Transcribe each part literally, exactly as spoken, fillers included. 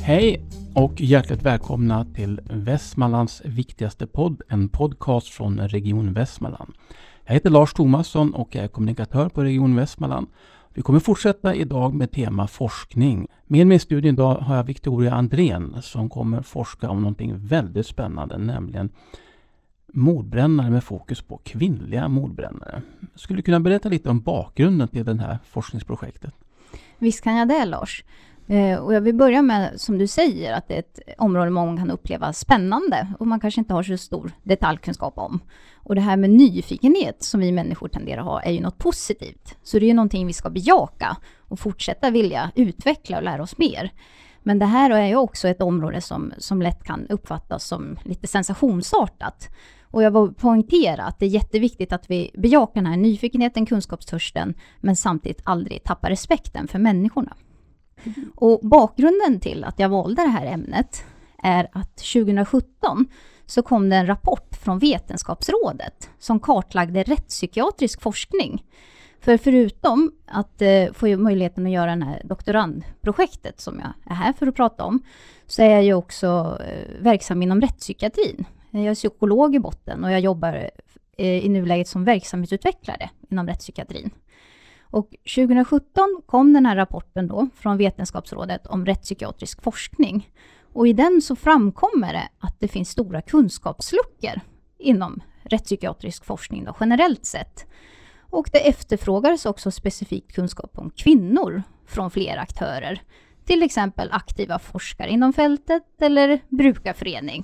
Hej och hjärtligt välkomna till Västmanlands viktigaste podd, en podcast från Region Västmanland. Jag heter Lars Thomasson och är kommunikatör på Region Västmanland. Vi kommer fortsätta idag med tema forskning. Med mig i studion idag har jag Victoria Andrén som kommer forska om någonting väldigt spännande, nämligen mordbrännare med fokus på kvinnliga mordbrännare. Skulle du kunna berätta lite om bakgrunden till det här forskningsprojektet? Visst kan jag det, Lars. Och jag vill börja med, som du säger, att det är ett område många kan uppleva spännande och man kanske inte har så stor detaljkunskap om. Och det här med nyfikenhet som vi människor tenderar att ha är ju något positivt. Så det är ju någonting vi ska bejaka och fortsätta vilja utveckla och lära oss mer. Men det här är ju också ett område som, som lätt kan uppfattas som lite sensationsartat. Och jag vill poängtera att det är jätteviktigt att vi bejakar den här nyfikenheten, kunskapstörsten, men samtidigt aldrig tappar respekten för människorna. Mm. Och bakgrunden till att jag valde det här ämnet är att tjugo sjutton så kom det en rapport från Vetenskapsrådet som kartlagde rättspsykiatrisk forskning. För förutom att eh, få möjligheten att göra det här doktorandprojektet som jag är här för att prata om, så är jag ju också eh, verksam inom rättspsykiatrin. Jag är psykolog i botten och jag jobbar eh, i nuläget som verksamhetsutvecklare inom rättspsykiatrin. Och tjugo sjutton kom den här rapporten då från Vetenskapsrådet om rättspsykiatrisk forskning. Och i den så framkommer det att det finns stora kunskapsluckor inom rättspsykiatrisk forskning då, generellt sett. Och det efterfrågades också specifikt kunskap om kvinnor från flera aktörer. Till exempel aktiva forskare inom fältet eller brukarförening.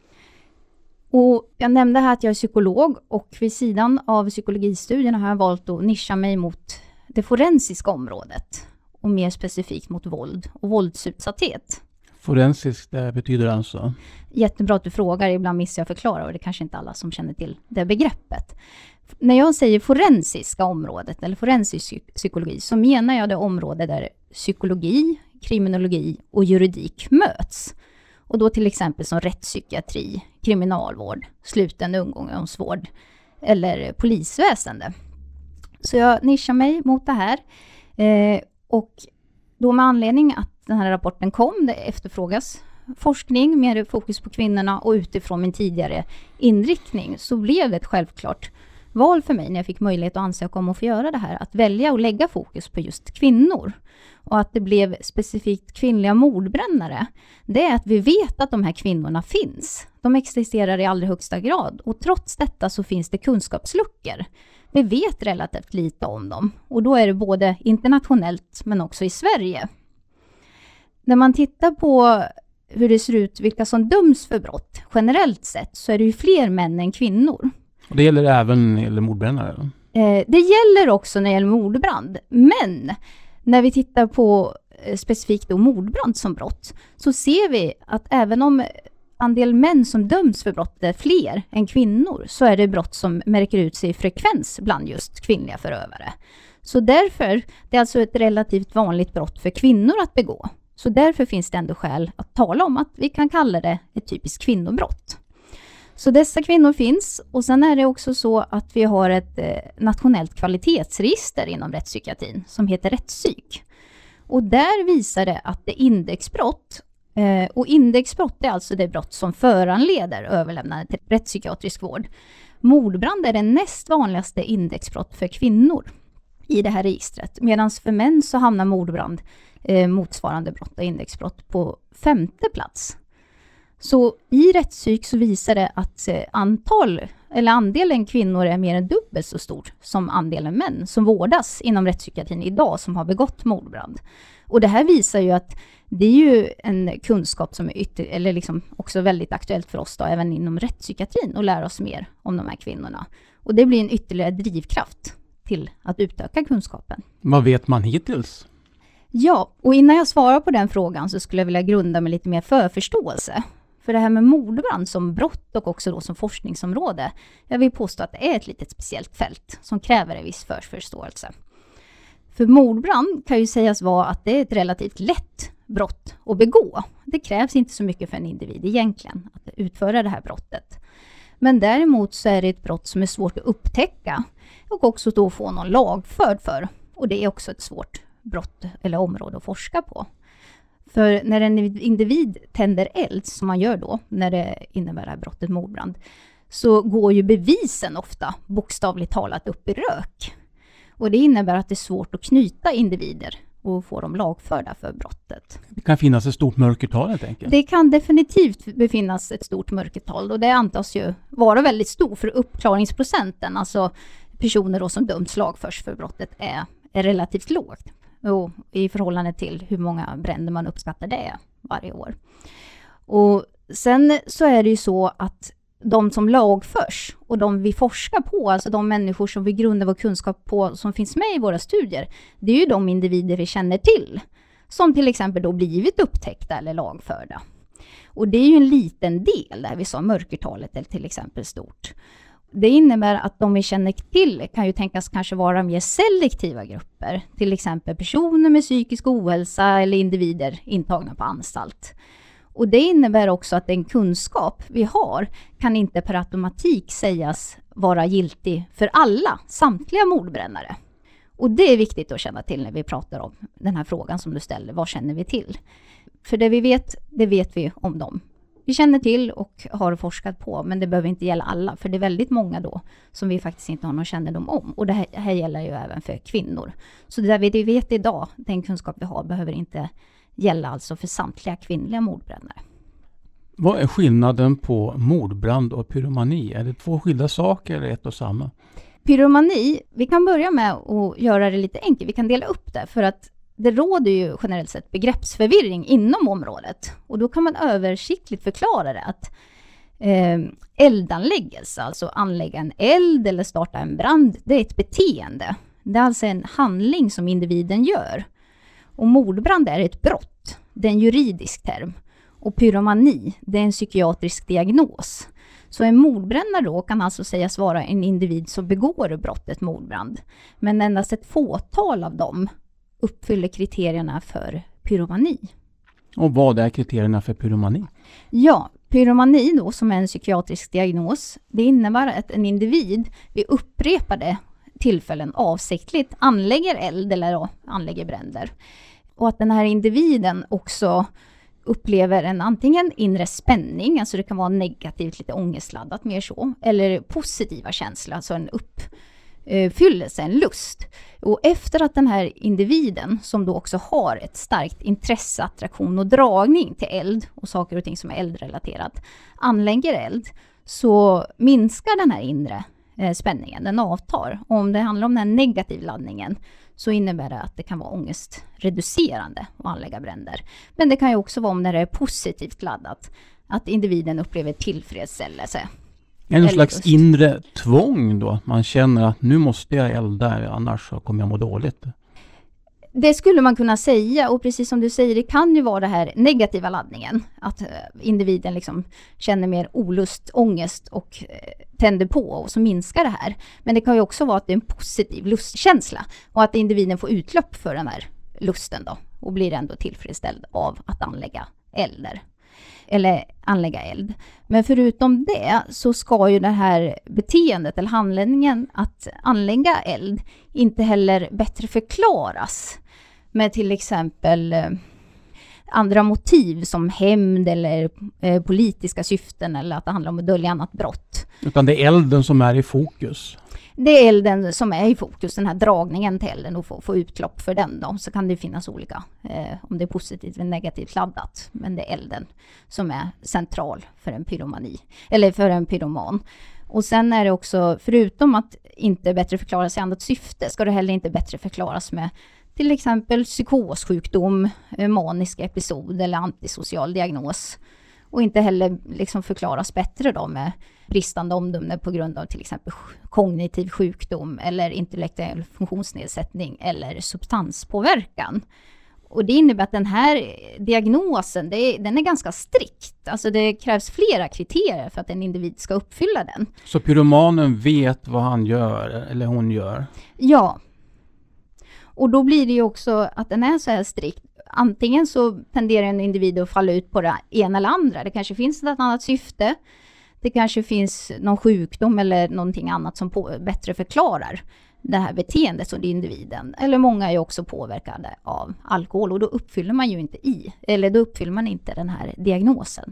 Och jag nämnde här att jag är psykolog och vid sidan av psykologistudierna har jag valt att nischa mig mot det forensiska området och mer specifikt mot våld och våldsutsatthet. Forensiskt, det betyder alltså? Jättebra att du frågar, ibland missar jag förklara och det är kanske inte alla som känner till det begreppet. När jag säger forensiska området eller forensisk psykologi så menar jag det område där psykologi, kriminologi och juridik möts. Och då till exempel som rättspsykiatri, kriminalvård, sluten ungdomsvård eller polisväsende. Så jag nischar mig mot det här. Eh, och då med anledning att den här rapporten kom, det efterfrågas forskning, mer fokus på kvinnorna och utifrån min tidigare inriktning så blev det ett självklart val för mig när jag fick möjlighet att ansöka om att få göra det här. Att välja och lägga fokus på just kvinnor. Och att det blev specifikt kvinnliga mordbrännare, det är att vi vet att de här kvinnorna finns. De existerar i allra högsta grad och trots detta så finns det kunskapsluckor. Vi vet relativt lite om dem och då är det både internationellt men också i Sverige. När man tittar på hur det ser ut, vilka som döms för brott generellt sett så är det ju fler män än kvinnor. Och det gäller även när det gäller mordbrännare? Eh, det gäller också när det gäller mordbrand, men när vi tittar på eh, specifikt då mordbrand som brott så ser vi att även om andel män som döms för brott är fler än kvinnor så är det brott som märker ut sig i frekvens bland just kvinnliga förövare. Så därför, det är alltså ett relativt vanligt brott för kvinnor att begå. Så därför finns det ändå skäl att tala om att vi kan kalla det ett typiskt kvinnobrott. Så dessa kvinnor finns och sen är det också så att vi har ett eh, nationellt kvalitetsregister inom rättspsykiatrin som heter rättspsyk. Och där visar det att det är indexbrott eh, och indexbrott är alltså det brott som föranleder överlämnande till rättspsykiatrisk vård. Mordbrand är det näst vanligaste indexbrott för kvinnor i det här registret medan för män så hamnar mordbrand eh, motsvarande brott och indexbrott på femte plats. Så i rättspsyk så visar det att antal eller andelen kvinnor är mer än dubbelt så stor som andelen män som vårdas inom rättspsykiatrin idag som har begått mordbrand. Och det här visar ju att det är ju en kunskap som är ytter, eller liksom också väldigt aktuellt för oss då, även inom rättspsykiatrin att lära oss mer om de här kvinnorna. Och det blir en ytterligare drivkraft till att utöka kunskapen. Vad vet man hittills? Ja, och innan jag svarar på den frågan så skulle jag vilja grunda med lite mer förförståelse. För det här med mordbrand som brott och också då som forskningsområde, jag vill påstå att det är ett litet speciellt fält som kräver en viss förförståelse. För mordbrand kan ju sägas vara att det är ett relativt lätt brott att begå. Det krävs inte så mycket för en individ egentligen att utföra det här brottet. Men däremot så är det ett brott som är svårt att upptäcka och också då få någon lagförd för. Och det är också ett svårt brott eller område att forska på. För när en individ tänder eld, som man gör då när det innebär det här brottet mordbrand, så går ju bevisen ofta bokstavligt talat upp i rök. Och det innebär att det är svårt att knyta individer och få dem lagförda för brottet. Det kan finnas ett stort mörkertal helt enkelt. Det kan definitivt befinnas ett stort mörkertal, och det antas ju vara väldigt stort, för uppklaringsprocenten, alltså personer då som dömts lagförs för brottet, är, är relativt lågt. Och i förhållande till hur många bränder man uppskattar det är varje år. Och sen så är det ju så att de som lagförs och de vi forskar på, alltså de människor som vi grundar vår kunskap på, som finns med i våra studier, det är ju de individer vi känner till, som till exempel då blivit upptäckta eller lagförda. Och det är ju en liten del, där vi sa mörkertalet är till exempel stort. Det innebär att de vi känner till kan ju tänkas kanske vara mer selektiva grupper, till exempel personer med psykisk ohälsa eller individer intagna på anstalt. Och det innebär också att den kunskap vi har kan inte per automatik sägas vara giltig för alla, samtliga mordbrännare. Och det är viktigt att känna till när vi pratar om den här frågan som du ställer, vad känner vi till? För det vi vet, det vet vi om dem vi känner till och har forskat på, men det behöver inte gälla alla, för det är väldigt många då som vi faktiskt inte har någon kännedom om. Och det här, här gäller ju även för kvinnor. Så det vi vet idag, den kunskap vi har, behöver inte gälla alltså för samtliga kvinnliga mordbrännare. Vad är skillnaden på mordbrand och pyromani? Är det två skilda saker eller ett och samma? Pyromani, vi kan börja med att göra det lite enkelt. Vi kan dela upp det, för att det råder ju generellt sett begreppsförvirring inom området. Och då kan man översiktligt förklara det att eh, eldanläggelse, alltså anlägga en eld eller starta en brand, det är ett beteende. Det är alltså en handling som individen gör. Och mordbrand är ett brott, det är en juridisk term. Och pyromani, det är en psykiatrisk diagnos. Så en mordbrännare då kan alltså sägas vara en individ som begår brottet mordbrand. Men endast ett fåtal av dem uppfyller kriterierna för pyromani. Och vad är kriterierna för pyromani? Ja, pyromani då, som är en psykiatrisk diagnos, det innebär att en individ vid upprepade tillfällen avsiktligt anlägger eld eller då anlägger bränder. Och att den här individen också upplever en antingen inre spänning, alltså det kan vara negativt, lite ångestladdat mer så, eller positiva känslor, alltså en uppfyllelse, en lust. Och efter att den här individen, som då också har ett starkt intresse, attraktion och dragning till eld och saker och ting som är eldrelaterat, anlägger eld, så minskar den här inre spänningen, den avtar. Och om det handlar om den här negativa laddningen, så innebär det att det kan vara ångestreducerande att anlägga bränder. Men det kan ju också vara om det är positivt laddat, att individen upplever tillfredsställelse. Är det någon slags just inre tvång då? Man känner att nu måste jag elda, annars så kommer jag må dåligt. Det skulle man kunna säga, och precis som du säger, det kan ju vara det här negativa laddningen. Att individen liksom känner mer olust, ångest och tänder på, och så minskar det här. Men det kan ju också vara att det är en positiv lustkänsla och att individen får utlopp för den här lusten då och blir ändå tillfredsställd av att anlägga elder. Eller anlägga eld. Men förutom det så ska ju det här beteendet eller handlingen att anlägga eld inte heller bättre förklaras med till exempel eh, andra motiv som hämnd eller eh, politiska syften, eller att det handlar om att dölja annat brott. Utan det är elden som är i fokus. Det är elden som är i fokus, den här dragningen till elden, och få, få utlopp för den då. Så kan det finnas olika, eh, om det är positivt eller negativt laddat. Men det är elden som är central för en pyromani, eller för en pyroman. Och sen är det också, förutom att inte bättre förklaras i annat syfte, ska det heller inte bättre förklaras med till exempel psykossjukdom, manisk episod eller antisocial diagnos. Och inte heller liksom förklaras bättre då med bristande omdöme på grund av till exempel kognitiv sjukdom eller intellektuell funktionsnedsättning eller substanspåverkan. Och det innebär att den här diagnosen, det är, den är ganska strikt. Alltså det krävs flera kriterier för att en individ ska uppfylla den. Så pyromanen vet vad han gör eller hon gör? Ja. Och då blir det ju också att den är så här strikt. Antingen så tenderar en individ att falla ut på det ena eller andra. Det kanske finns ett annat syfte. Det kanske finns någon sjukdom eller någonting annat som på, bättre förklarar det här beteendet som individen. Eller många är ju också påverkade av alkohol och då uppfyller man ju inte i, eller då uppfyller man inte den här diagnosen.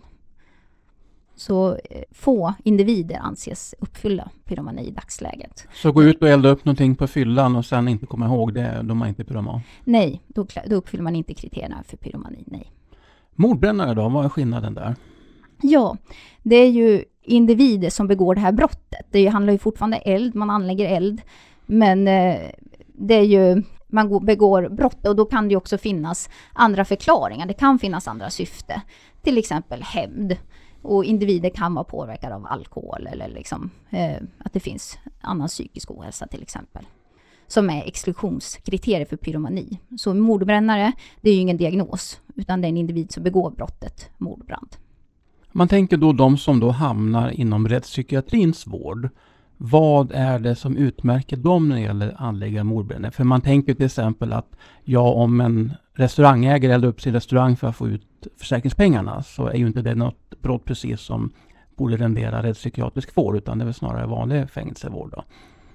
Så få individer anses uppfylla pyromani i dagsläget. Så gå ut och elda upp någonting på fyllan och sen inte komma ihåg det, då man inte pyroman? Nej, då, då uppfyller man inte kriterierna för pyromani, nej. Mordbrännare då, vad är skillnaden där? Ja, det är ju individer som begår det här brottet. Det handlar ju fortfarande om eld, man anlägger eld. Men eh, det är ju, man begår brott och då kan det ju också finnas andra förklaringar. Det kan finnas andra syfte, till exempel hämnd. Och individer kan vara påverkade av alkohol eller liksom, eh, att det finns annan psykisk ohälsa till exempel. Som är exklusionskriterier för pyromani. Så mordbrännare, det är ju ingen diagnos utan det är en individ som begår brottet mordbrand. Man tänker då de som då hamnar inom rättspsykiatrins vård. Vad är det som utmärker dem när det gäller anlägga mordbrännare? För man tänker till exempel att ja, om en restaurangägare eldar upp sin restaurang för att få ut försäkringspengarna så är ju inte det något brott precis som borde rendera rättspsykiatrisk vård utan det är väl snarare vanlig fängelsevård då.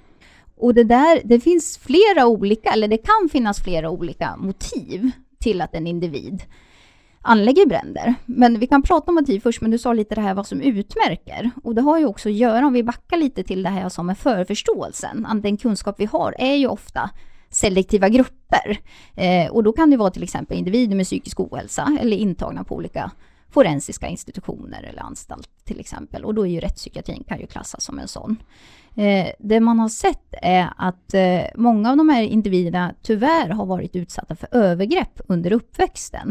Och det där, det finns flera olika, eller det kan finnas flera olika motiv till att en individ anlägger bränder. Men vi kan prata om motiv först, men du sa lite det här vad som utmärker. Och det har ju också att göra, om vi backar lite till det här som är förförståelsen. Att den kunskap vi har är ju ofta selektiva grupper. Eh, och då kan det vara till exempel individer med psykisk ohälsa eller intagna på olika forensiska institutioner eller anstalt till exempel. Och då är ju rättspsykiatrin kan ju klassas som en sån. Eh, det man har sett är att eh, många av de här individerna tyvärr har varit utsatta för övergrepp under uppväxten.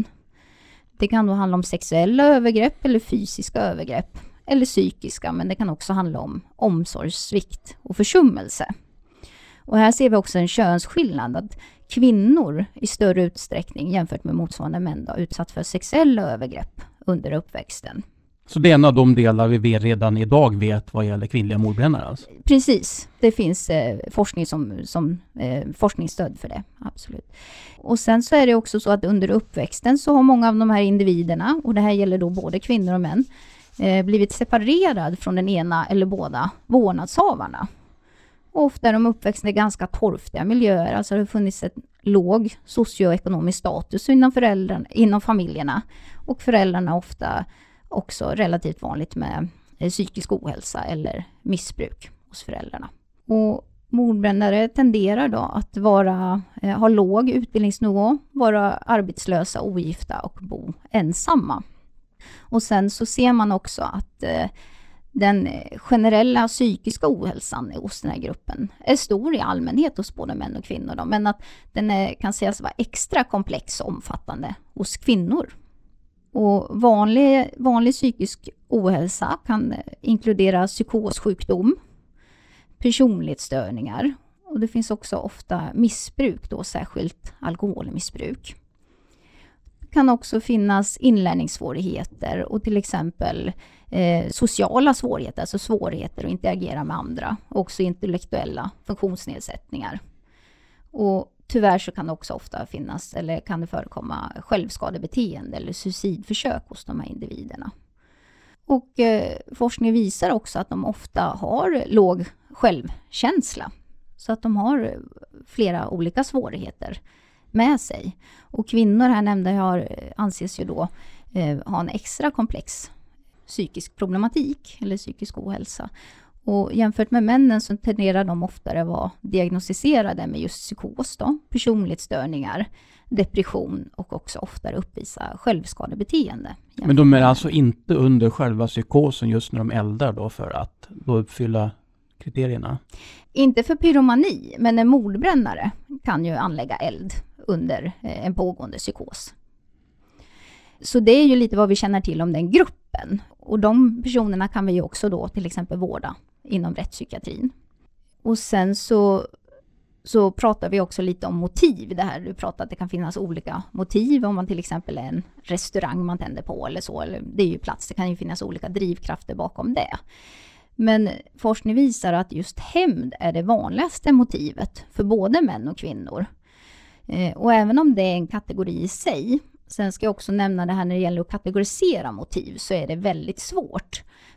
Det kan då handla om sexuella övergrepp eller fysiska övergrepp eller psykiska, men det kan också handla om omsorgssvikt och försummelse. Och här ser vi också en könsskillnad, att kvinnor i större utsträckning jämfört med motsvarande män då, utsatt för sexuella övergrepp under uppväxten. Så det är en av de delar vi redan idag vet vad gäller kvinnliga mordbrännare alltså? Precis, det finns eh, forskning som, som eh, forskningsstöd för det, absolut. Och sen så är det också så att under uppväxten så har många av de här individerna, och det här gäller då både kvinnor och män, eh, blivit separerad från den ena eller båda vårdnadshavarna. Och ofta är de uppväxta i ganska torftiga miljöer, alltså det har funnits ett låg socioekonomisk status inom, föräldrarna, inom familjerna. Och föräldrarna ofta också relativt vanligt med psykisk ohälsa eller missbruk hos föräldrarna. Och mordbrännare tenderar då att vara, eh, ha låg utbildningsnivå, vara arbetslösa, ogifta och bo ensamma. Och sen så ser man också att eh, den generella psykiska ohälsan hos den här gruppen är stor i allmänhet hos både män och kvinnor. Då, men att den är, kan sägas vara extra komplex och omfattande hos kvinnor. Och vanlig, vanlig psykisk ohälsa kan inkludera psykossjukdom, personlighetsstörningar och det finns också ofta missbruk, då särskilt alkoholmissbruk. Det kan också finnas inlärningssvårigheter och till exempel eh, sociala svårigheter, alltså svårigheter att interagera med andra, och också intellektuella funktionsnedsättningar. Och tyvärr så kan det också ofta finnas, eller kan det förekomma självskadebeteende eller suicidförsök hos de här individerna. Och eh, forskning visar också att de ofta har låg självkänsla. Så att de har flera olika svårigheter med sig. Och kvinnor här nämnda har, anses ju då eh, ha en extra komplex psykisk problematik eller psykisk ohälsa. Och jämfört med männen så tenderar de oftare att vara diagnostiserade med just psykos då, personlighetsstörningar, depression och också oftare uppvisa självskadebeteende. Men de är alltså inte under själva psykosen just när de eldar då för att då uppfylla kriterierna? Inte för pyromani, men en mordbrännare kan ju anlägga eld under en pågående psykos. Så det är ju lite vad vi känner till om den gruppen. Och de personerna kan vi ju också då till exempel vårda inom rättspsykiatrin. Och sen så, så pratar vi också lite om motiv. Det här, du pratade att det kan finnas olika motiv om man till exempel är en restaurang man tänder på eller så. Eller, det är ju plats, det kan ju finnas olika drivkrafter bakom det. Men forskning visar att just hämnd är det vanligaste motivet för både män och kvinnor. Eh, och även om det är en kategori i sig. Sen ska jag också nämna det här när det gäller att kategorisera motiv så är det väldigt svårt.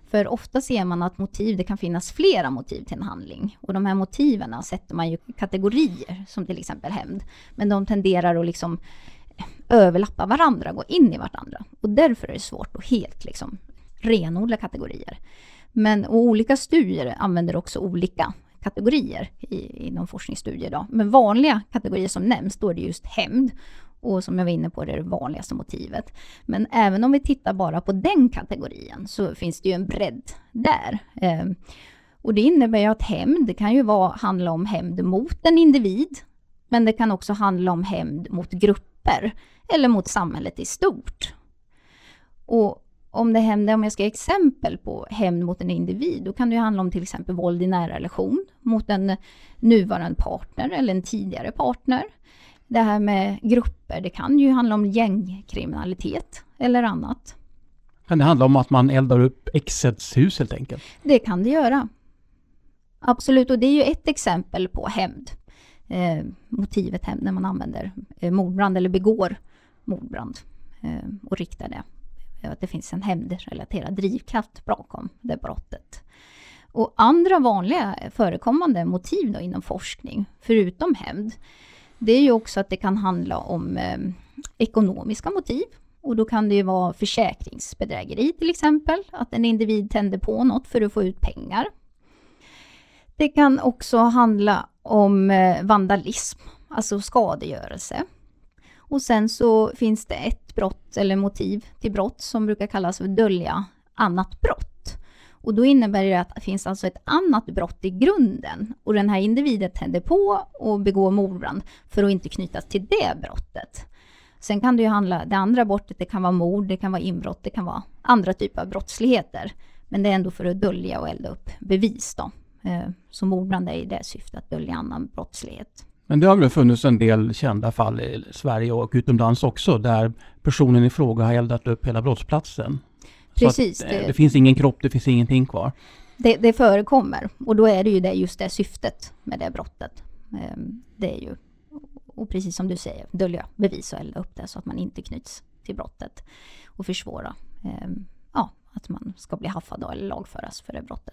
För ofta ser man att motiv, det kan finnas flera motiv till en handling. Och de här motiven sätter man ju kategorier, som till exempel hämnd. Men de tenderar att liksom överlappa varandra, gå in i varandra. Och därför är det svårt att helt liksom renodla kategorier. Men och olika studier använder också olika kategorier i, inom forskningsstudier. Då. Men vanliga kategorier som nämns, då är det just hämnd. Och som jag var inne på, det är det vanligaste motivet. Men även om vi tittar bara på den kategorin så finns det ju en bredd där. Eh, och det innebär ju att hämnd, det kan ju vara, handla om hämnd mot en individ. Men det kan också handla om hämnd mot grupper eller mot samhället i stort. Och om det händer, om jag ska ge exempel på hämnd mot en individ, då kan det ju handla om till exempel våld i nära relation mot en nuvarande partner eller en tidigare partner. Det här med grupper, det kan ju handla om gängkriminalitet eller annat. Kan det handla om att man eldar upp exets hus helt enkelt? Det kan det göra. Absolut, och det är ju ett exempel på hämnd. Eh, motivet hämnd när man använder eh, mordbrand eller begår mordbrand eh, och riktar det. Att det finns en hämndrelaterad drivkraft bakom det brottet. Och andra vanliga förekommande motiv då inom forskning, förutom hämnd, det är ju också att det kan handla om eh, ekonomiska motiv. Och då kan det ju vara försäkringsbedrägeri till exempel. Att en individ tänder på något för att få ut pengar. Det kan också handla om eh, vandalism, alltså skadegörelse. Och sen så finns det ett brott eller motiv till brott som brukar kallas för dölja annat brott. Och då innebär det att det finns alltså ett annat brott i grunden. Och den här individen tänder på och begår mordbrand för att inte knytas till det brottet. Sen kan det ju handla, det andra brottet, det kan vara mord, det kan vara inbrott, det kan vara andra typer av brottsligheter. Men det är ändå för att dölja och elda upp bevis då. Så mordbrand är i det syftet att dölja annan brottslighet. Men det har väl funnits en del kända fall i Sverige och utomlands också där personen i fråga har eldat upp hela brottsplatsen. Precis. Att, det, det finns ingen kropp, det finns ingenting kvar. Det, det förekommer och då är det ju det, just det syftet med det brottet. Det är ju, och precis som du säger, dölja bevis och elda upp det så att man inte knyts till brottet och försvåra ja, att man ska bli haffad eller lagföras för det brottet.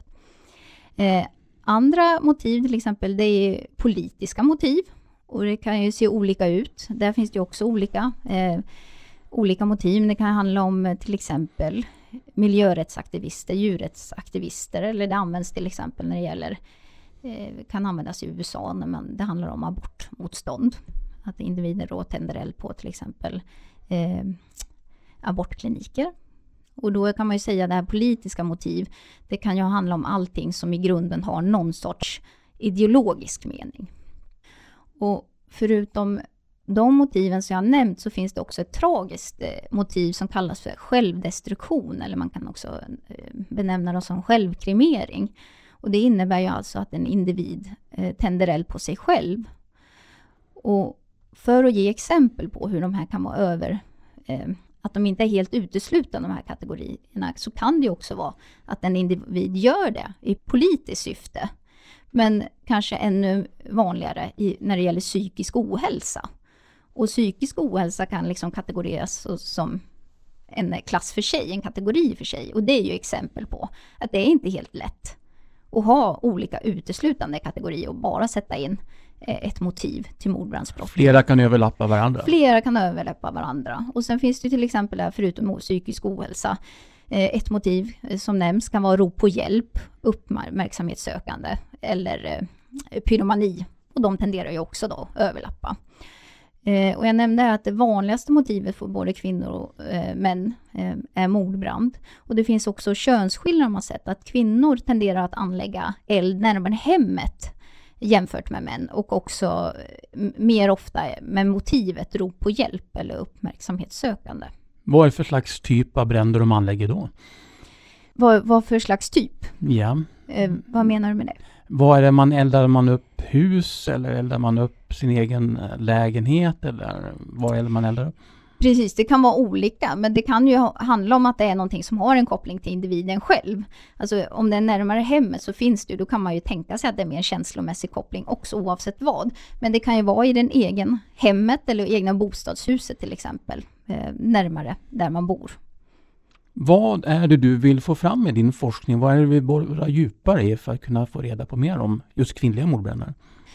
Andra motiv till exempel, det är politiska motiv och det kan ju se olika ut. Där finns det också olika, eh, olika motiv. Det kan handla om till exempel miljörättsaktivister, djurrättsaktivister eller det används till exempel när det gäller, eh, kan användas i U S A när man, det handlar om abortmotstånd. Att individer då tänder eld på till exempel eh, abortkliniker. Och då kan man ju säga att det här politiska motiv, det kan ju handla om allting som i grunden har någon sorts ideologisk mening. Och förutom de motiven som jag har nämnt så finns det också ett tragiskt motiv som kallas för självdestruktion, eller man kan också benämna det som självkrimering. Och det innebär ju alltså att en individ tänder eld på sig själv. Och för att ge exempel på hur de här kan vara över... att de inte är helt uteslutna, de här kategorierna, så kan det också vara att en individ gör det i politiskt syfte. Men kanske ännu vanligare i, när det gäller psykisk ohälsa. Och psykisk ohälsa kan liksom kategoriseras som en klass för sig, en kategori för sig. Och det är ju exempel på att det är inte helt lätt att ha olika uteslutande kategorier och bara sätta in ett motiv till mordbrandsbrott. Flera kan överlappa varandra. Flera kan överlappa varandra. Och sen finns det till exempel där, förutom psykisk ohälsa, ett motiv som nämns kan vara rop på hjälp, uppmärksamhetssökande eller pyromani. Och de tenderar ju också då att överlappa. Och jag nämnde att det vanligaste motivet för både kvinnor och män är mordbrand. Och det finns också könsskillnader man sett att kvinnor tenderar att anlägga eld närmare hemmet jämfört med män, och också mer ofta med motivet rop på hjälp eller uppmärksamhetssökande. Vad är det för slags typ av bränder de anlägger då? Vad, vad för slags typ? Ja. Eh, vad menar du med det? Vad är det man eldar man upp hus eller eldar man upp sin egen lägenhet eller vad är det man eldar upp? Precis, det kan vara olika, men det kan ju handla om att det är någonting som har en koppling till individen själv. Alltså om det är närmare hemmet så finns det ju, då kan man ju tänka sig att det är mer en känslomässig koppling också oavsett vad. Men det kan ju vara i den egen hemmet eller egna bostadshuset till exempel, eh, närmare där man bor. Vad är det du vill få fram med din forskning? Vad är det vi borrar djupare i för att kunna få reda på mer om just kvinnliga mordbrännare?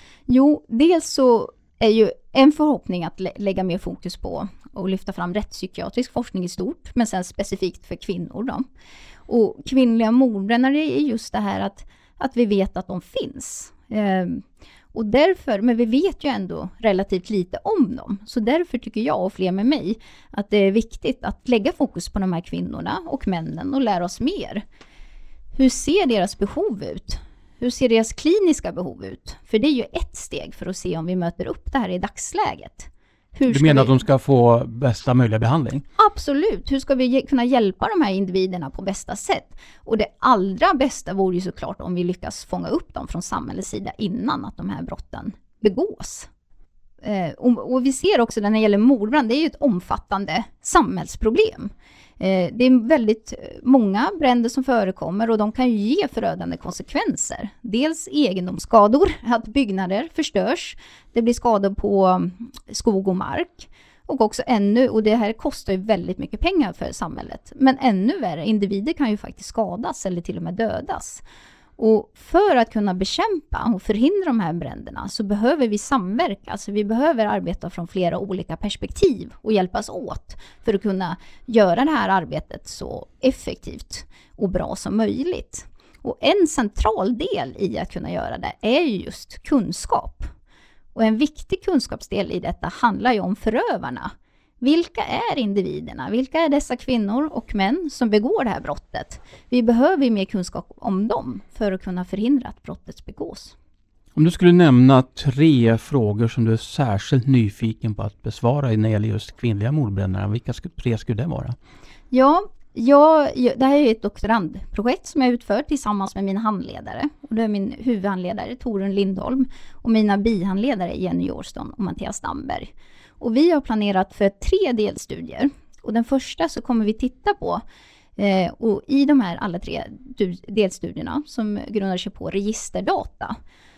Jo, dels så är ju en förhoppning att lä- lägga mer fokus på och lyfta fram rättspsykiatrisk forskning i stort, men sen specifikt för kvinnor då. Och kvinnliga mordbrännare är just det här att, att vi vet att de finns. Ehm, och därför, men vi vet ju ändå relativt lite om dem. Så därför tycker jag och fler med mig att det är viktigt att lägga fokus på de här kvinnorna och männen och lära oss mer. Hur ser deras behov ut? Hur ser deras kliniska behov ut? För det är ju ett steg för att se om vi möter upp det här i dagsläget. Hur Du menar vi... att de ska få bästa möjliga behandling? Absolut. Hur ska vi ge, kunna hjälpa de här individerna på bästa sätt? Och det allra bästa vore ju såklart om vi lyckas fånga upp dem från samhällets sida innan att de här brotten begås. Eh, och, och vi ser också när det gäller mordbrand, det är ju ett omfattande samhällsproblem. Eh, det är väldigt många bränder som förekommer och de kan ju ge förödande konsekvenser. Dels egendomsskador, att byggnader förstörs. Det blir skador på skog och mark. Och också ännu, och det här kostar ju väldigt mycket pengar för samhället. Men ännu värre, individer kan ju faktiskt skadas eller till och med dödas. Och för att kunna bekämpa och förhindra de här bränderna så behöver vi samverka. Alltså vi behöver arbeta från flera olika perspektiv och hjälpas åt för att kunna göra det här arbetet så effektivt och bra som möjligt. Och en central del i att kunna göra det är ju just kunskap. Och en viktig kunskapsdel i detta handlar ju om förövarna. Vilka är individerna? Vilka är dessa kvinnor och män som begår det här brottet? Vi behöver mer kunskap om dem för att kunna förhindra att brottet begås. Om du skulle nämna tre frågor som du är särskilt nyfiken på att besvara när det gäller just kvinnliga mordbrännare, vilka tre skulle det vara? Ja, jag, det här är ett doktorandprojekt som jag utför tillsammans med mina handledare. Och det är min huvudhandledare Torun Lindholm och mina bihandledare Jenny Jorston och Mattias Damberg. Och vi har planerat för tre delstudier. Och den första så kommer vi titta på, eh, och i de här alla tre delstudierna som grundar sig på registerdata,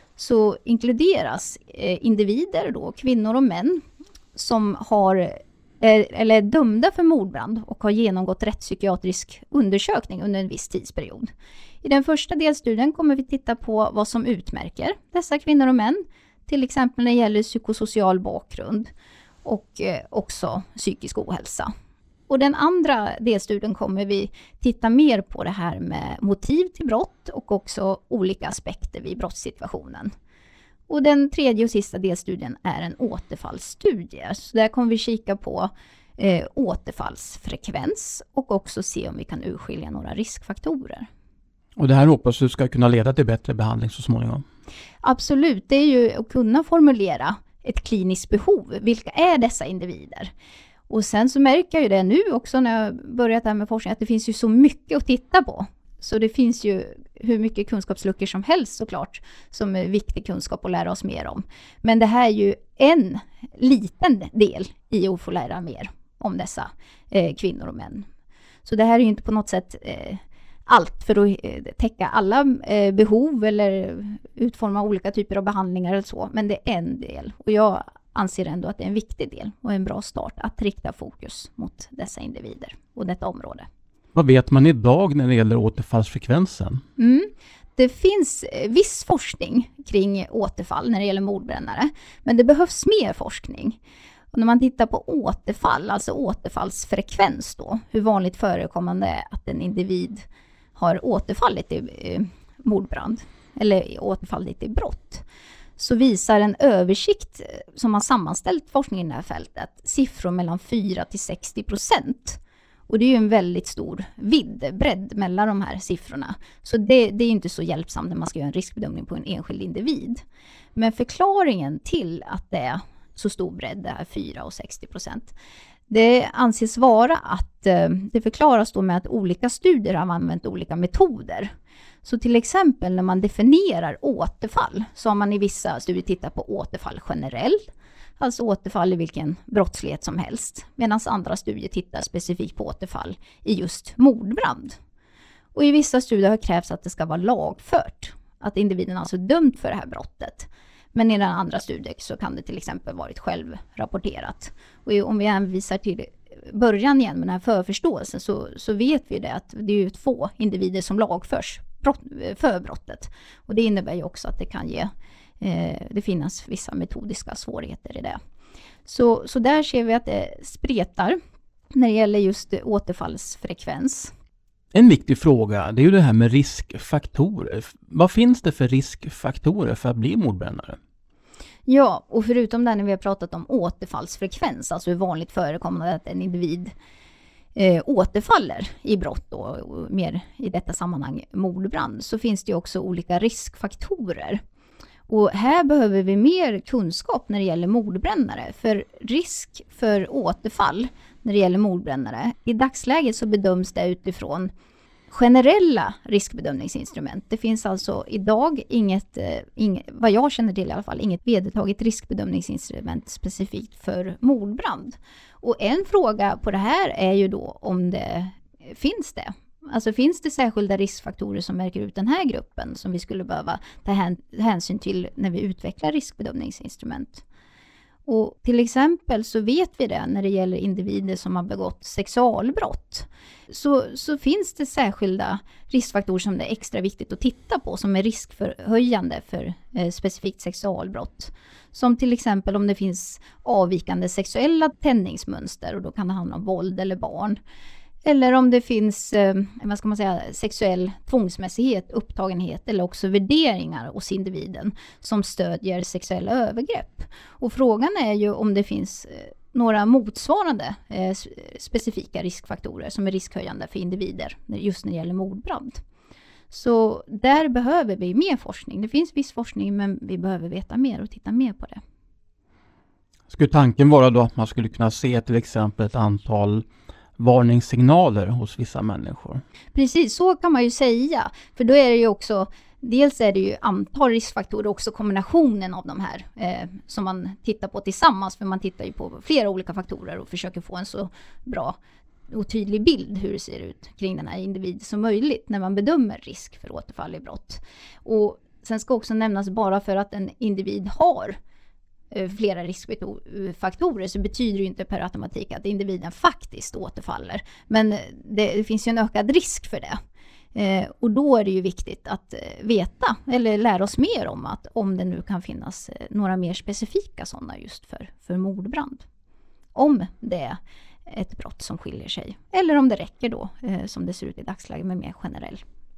så inkluderas eh, individer då, kvinnor och män, som har eh, eller är dömda för mordbrand och har genomgått rättspsykiatrisk undersökning under en viss tidsperiod. I den första delstudien kommer vi titta på vad som utmärker dessa kvinnor och män, till exempel när det gäller psykosocial bakgrund och eh, också psykisk ohälsa. Och den andra delstudien kommer vi titta mer på det här med motiv till brott och också olika aspekter vid brottssituationen. Och den tredje och sista delstudien är en återfallsstudie. Så där kommer vi kika på eh, återfallsfrekvens och också se om vi kan urskilja några riskfaktorer. Och det här hoppas du ska kunna leda till bättre behandling så småningom? Absolut, det är ju att kunna formulera ett kliniskt behov. Vilka är dessa individer? Och sen så märker jag ju det nu också när jag börjat här med forskning att det finns ju så mycket att titta på. Så det finns ju hur mycket kunskapsluckor som helst såklart som är viktig kunskap att lära oss mer om. Men det här är ju en liten del i att få lära mer om dessa eh, kvinnor och män. Så det här är ju inte på något sätt eh, allt för att eh, täcka alla eh, behov eller utforma olika typer av behandlingar eller så. Men det är en del och jag anser ändå att det är en viktig del och en bra start att rikta fokus mot dessa individer och detta område. Vad vet man idag när det gäller återfallsfrekvensen? Mm. Det finns viss forskning kring återfall när det gäller mordbrännare, men det behövs mer forskning. Och när man tittar på återfall, alltså återfallsfrekvens då, hur vanligt förekommande är att en individ har återfallit i eh, mordbrand eller återfallit i brott, så visar en översikt som har sammanställt forskningen i det här fältet siffror mellan fyra till sextio procent. Och det är ju en väldigt stor vidd, bredd mellan de här siffrorna. Så det, det är inte så hjälpsamt när man ska göra en riskbedömning på en enskild individ. Men förklaringen till att det är så stor bredd, det här fyra och sextio procent, det anses vara att eh, det förklaras då med att olika studier har använt olika metoder. Så till exempel när man definierar återfall så har man i vissa studier tittat på återfall generellt. Alltså återfall i vilken brottslighet som helst. Medan andra studier tittar specifikt på återfall i just mordbrand. Och i vissa studier har krävts att det ska vara lagfört. Att individen alltså är dömd för det här brottet. Men i den andra studien så kan det till exempel varit självrapporterat. Och om vi hänvisar till början igen med den här förförståelsen så, så vet vi det att det är ju få individer som lagförs brott, för brottet. Och det innebär ju också att det kan ge, eh, det finns vissa metodiska svårigheter i det. Så, så där ser vi att det spretar när det gäller just återfallsfrekvens. En viktig fråga, det är ju det här med riskfaktorer. Vad finns det för riskfaktorer för att bli mordbrännare? Ja, och förutom det när vi har pratat om återfallsfrekvens, alltså hur vanligt förekommande att en individ eh, återfaller i brott då, och mer i detta sammanhang mordbrand, så finns det ju också olika riskfaktorer. Och här behöver vi mer kunskap när det gäller mordbrännare, för risk för återfall när det gäller mordbrännare, i dagsläget så bedöms det utifrån generella riskbedömningsinstrument. Det finns alltså idag inget, inget, vad jag känner till i alla fall, inget vedertaget riskbedömningsinstrument specifikt för mordbrand. Och en fråga på det här är ju då om det finns det. Alltså finns det särskilda riskfaktorer som märker ut den här gruppen som vi skulle behöva ta hänsyn till när vi utvecklar riskbedömningsinstrument. Och till exempel så vet vi det när det gäller individer som har begått sexualbrott. Så, så finns det särskilda riskfaktorer som det är extra viktigt att titta på som är riskförhöjande för eh, specifikt sexualbrott. Som till exempel om det finns avvikande sexuella tändningsmönster och då kan det handla om våld eller barn. Eller om det finns eh, vad ska man säga, sexuell tvångsmässighet, upptagenhet eller också värderingar hos individen som stödjer sexuella övergrepp. Och frågan är ju om det finns eh, några motsvarande eh, specifika riskfaktorer som är riskhöjande för individer just när det gäller mordbrand. Så där behöver vi mer forskning. Det finns viss forskning men vi behöver veta mer och titta mer på det. Skulle tanken vara då att man skulle kunna se till exempel ett antal varningssignaler hos vissa människor? Precis, så kan man ju säga. För då är det ju också, dels är det ju antal riskfaktorer och också kombinationen av de här eh, som man tittar på tillsammans. För man tittar ju på flera olika faktorer och försöker få en så bra och tydlig bild hur det ser ut kring den här individen som möjligt när man bedömer risk för återfall i brott. Och sen ska också nämnas, bara för att en individ har flera riskfaktorer så betyder det inte per automatik att individen faktiskt återfaller. Men det, det finns ju en ökad risk för det. Eh, och då är det ju viktigt att veta eller lära oss mer om att om det nu kan finnas några mer specifika sådana just för, för mordbrand. Om det är ett brott som skiljer sig. Eller om det räcker då eh, som det ser ut i dagsläget med mer generell.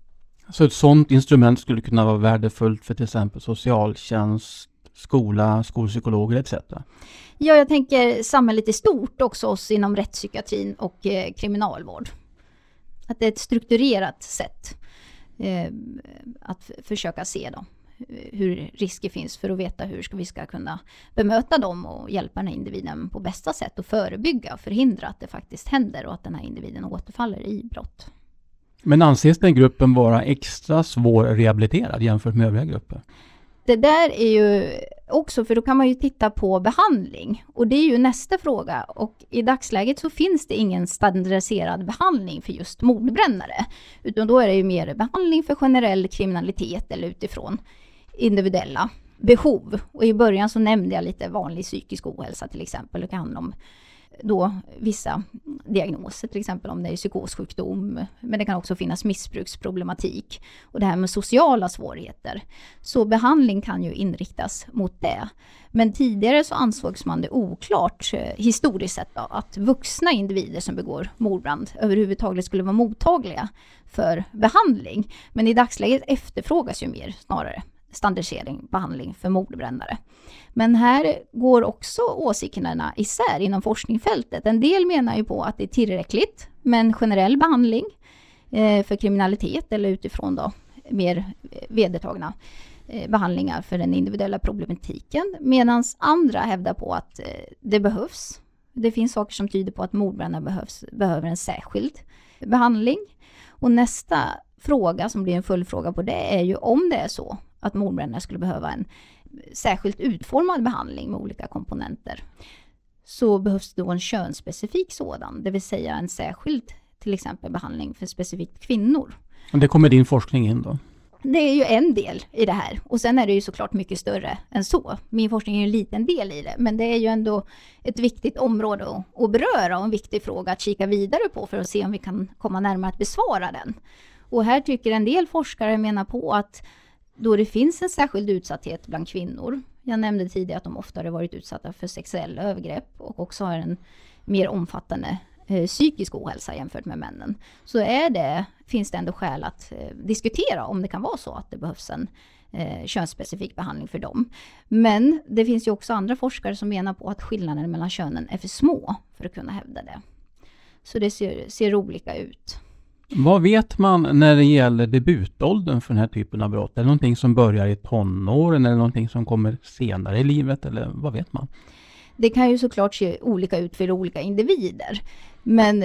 Så ett sådant instrument skulle kunna vara värdefullt för till exempel socialtjänst, skola, skolpsykologer et cetera. Ja, jag tänker samhället i stort också, oss inom rättspsykiatrin och eh, kriminalvård. Att det är ett strukturerat sätt eh, att f- försöka se då, hur risker finns för att veta hur ska vi ska kunna bemöta dem och hjälpa den här individen på bästa sätt och förebygga och förhindra att det faktiskt händer och att den här individen återfaller i brott. Men anses den gruppen vara extra svår rehabiliterad jämfört med övriga grupper? Det där är ju också, för då kan man ju titta på behandling. Och det är ju nästa fråga. Och i dagsläget så finns det ingen standardiserad behandling för just mordbrännare. Utan då är det ju mer behandling för generell kriminalitet eller utifrån individuella behov. Och i början så nämnde jag lite vanlig psykisk ohälsa till exempel. Det kan handla om då vissa diagnoser, till exempel om det är psykossjukdom, men det kan också finnas missbruksproblematik och det här med sociala svårigheter. Så behandling kan ju inriktas mot det. Men tidigare så ansågs man det oklart eh, historiskt sett då, att vuxna individer som begår mordbrand överhuvudtaget skulle vara mottagliga för behandling. Men i dagsläget efterfrågas ju mer snarare standardisering, behandling för mordbrännare. Men här går också åsikterna isär inom forskningsfältet. En del menar ju på att det är tillräckligt med en generell behandling eh, för kriminalitet eller utifrån då mer vedertagna eh, behandlingar för den individuella problematiken. Medan andra hävdar på att eh, det behövs. Det finns saker som tyder på att mordbrännare behövs, behöver en särskild behandling. Och nästa fråga som blir en följdfråga på det är ju om det är så att mordbrännare skulle behöva en särskilt utformad behandling med olika komponenter, så behövs då en könsspecifik sådan, det vill säga en särskild till exempel behandling för specifikt kvinnor. Och det kommer din forskning in då? Det är ju en del i det här. Och sen är det ju såklart mycket större än så. Min forskning är ju en liten del i det. Men det är ju ändå ett viktigt område att, att beröra och en viktig fråga att kika vidare på för att se om vi kan komma närmare att besvara den. Och här tycker en del forskare menar på att då det finns en särskild utsatthet bland kvinnor. Jag nämnde tidigare att de oftare varit utsatta för sexuella övergrepp och också har en mer omfattande eh, psykisk ohälsa jämfört med männen. Så är det, finns det ändå skäl att eh, diskutera om det kan vara så att det behövs en eh, könsspecifik behandling för dem. Men det finns ju också andra forskare som menar på att skillnaden mellan könen är för små för att kunna hävda det. Så det ser, ser olika ut. Vad vet man när det gäller debutåldern för den här typen av brott? Är det någonting som börjar i tonåren eller någonting som kommer senare i livet? Eller vad vet man? Det kan ju såklart se olika ut för olika individer. Men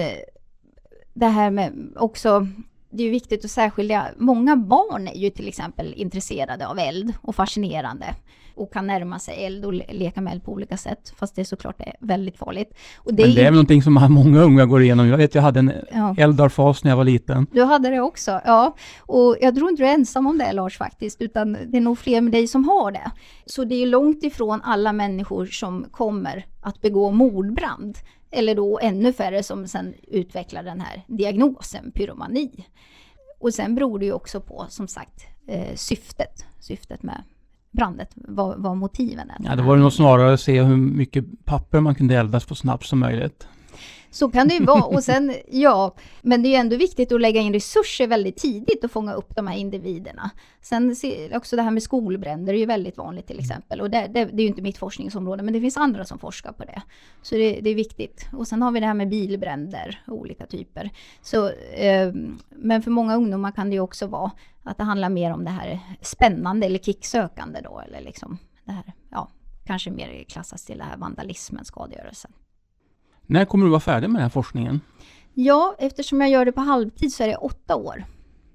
det här med också, det är ju viktigt att särskilja. Många barn är ju till exempel intresserade av eld och fascinerande. Och kan närma sig eld och le- leka med eld på olika sätt. Fast det är såklart är väldigt farligt. Och det Men det är väl någonting som många unga går igenom. Jag vet, jag hade en ja. eldarfas när jag var liten. Du hade det också, ja. Och jag tror inte du är ensam om det, Lars, faktiskt. Utan det är nog fler med dig som har det. Så det är långt ifrån alla människor som kommer att begå mordbrand. Eller då ännu färre som sen utvecklar den här diagnosen, pyromani. Och sen beror det ju också på, som sagt, eh, syftet. Syftet med brandet, vad, vad motiven är. Ja, det var det nog snarare att se hur mycket papper man kunde eldas på snabbt som möjligt. Så kan det ju vara. Och sen, ja, men det är ju ändå viktigt att lägga in resurser väldigt tidigt och fånga upp de här individerna. Sen också det här med skolbränder är ju väldigt vanligt till exempel. Och det, det, det är ju inte mitt forskningsområde, men det finns andra som forskar på det. Så det, det är viktigt. Och sen har vi det här med bilbränder, olika typer. Så, eh, men för många ungdomar kan det ju också vara att det handlar mer om det här spännande eller kicksökande då. Eller liksom det här, ja, kanske mer klassas till det här vandalismen, skadegörelsen. När kommer du vara färdig med den här forskningen? Ja, eftersom jag gör det på halvtid så är det åtta år.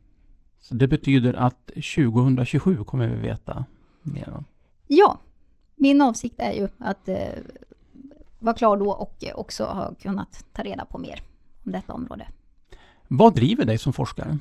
Så det betyder att tjugohundratjugosju kommer vi veta mer om? Ja, min avsikt är ju att eh, vara klar då och också ha kunnat ta reda på mer om detta område. Vad driver dig som forskare?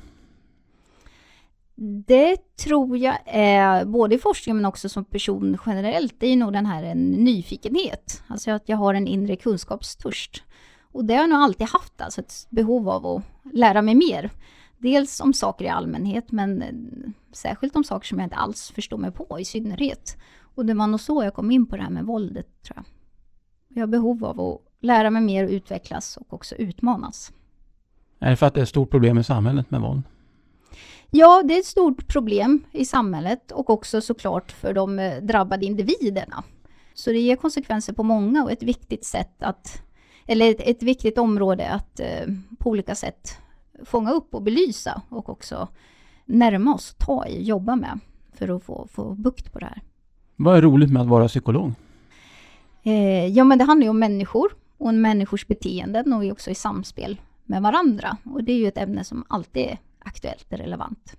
Det tror jag är både i forskningen men också som person generellt. Det är nog den här en nyfikenhet. Alltså att jag har en inre kunskapstörst. Och det har jag nog alltid haft. Alltså ett behov av att lära mig mer. Dels om saker i allmänhet men särskilt om saker som jag inte alls förstår mig på i synnerhet. Och det var nog så jag kom in på det här med våldet, tror jag. Jag har behov av att lära mig mer och utvecklas och också utmanas. Är det för att det är ett stort problem i samhället med våld? Ja, det är ett stort problem i samhället och också såklart för de drabbade individerna. Så det ger konsekvenser på många och ett viktigt sätt att, eller ett, ett viktigt område att eh, på olika sätt fånga upp och belysa och också närma oss, ta i, jobba med för att få, få bukt på det här. Vad är roligt med att vara psykolog? Eh, ja, men det handlar ju om människor och en människors beteenden och också i samspel med varandra. Och det är ju ett ämne som alltid är aktuellt och relevant.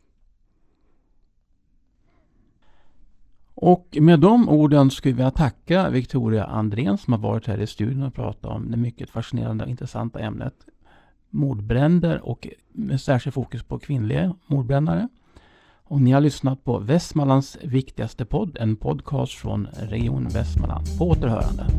Och med de orden skulle vi tacka Victoria Andrén som har varit här i studion och pratat om det mycket fascinerande och intressanta ämnet mordbränder och med särskilt fokus på kvinnliga mordbrännare. Och ni har lyssnat på Västmanlands viktigaste podd, en podcast från Region Västmanland. På återhörande.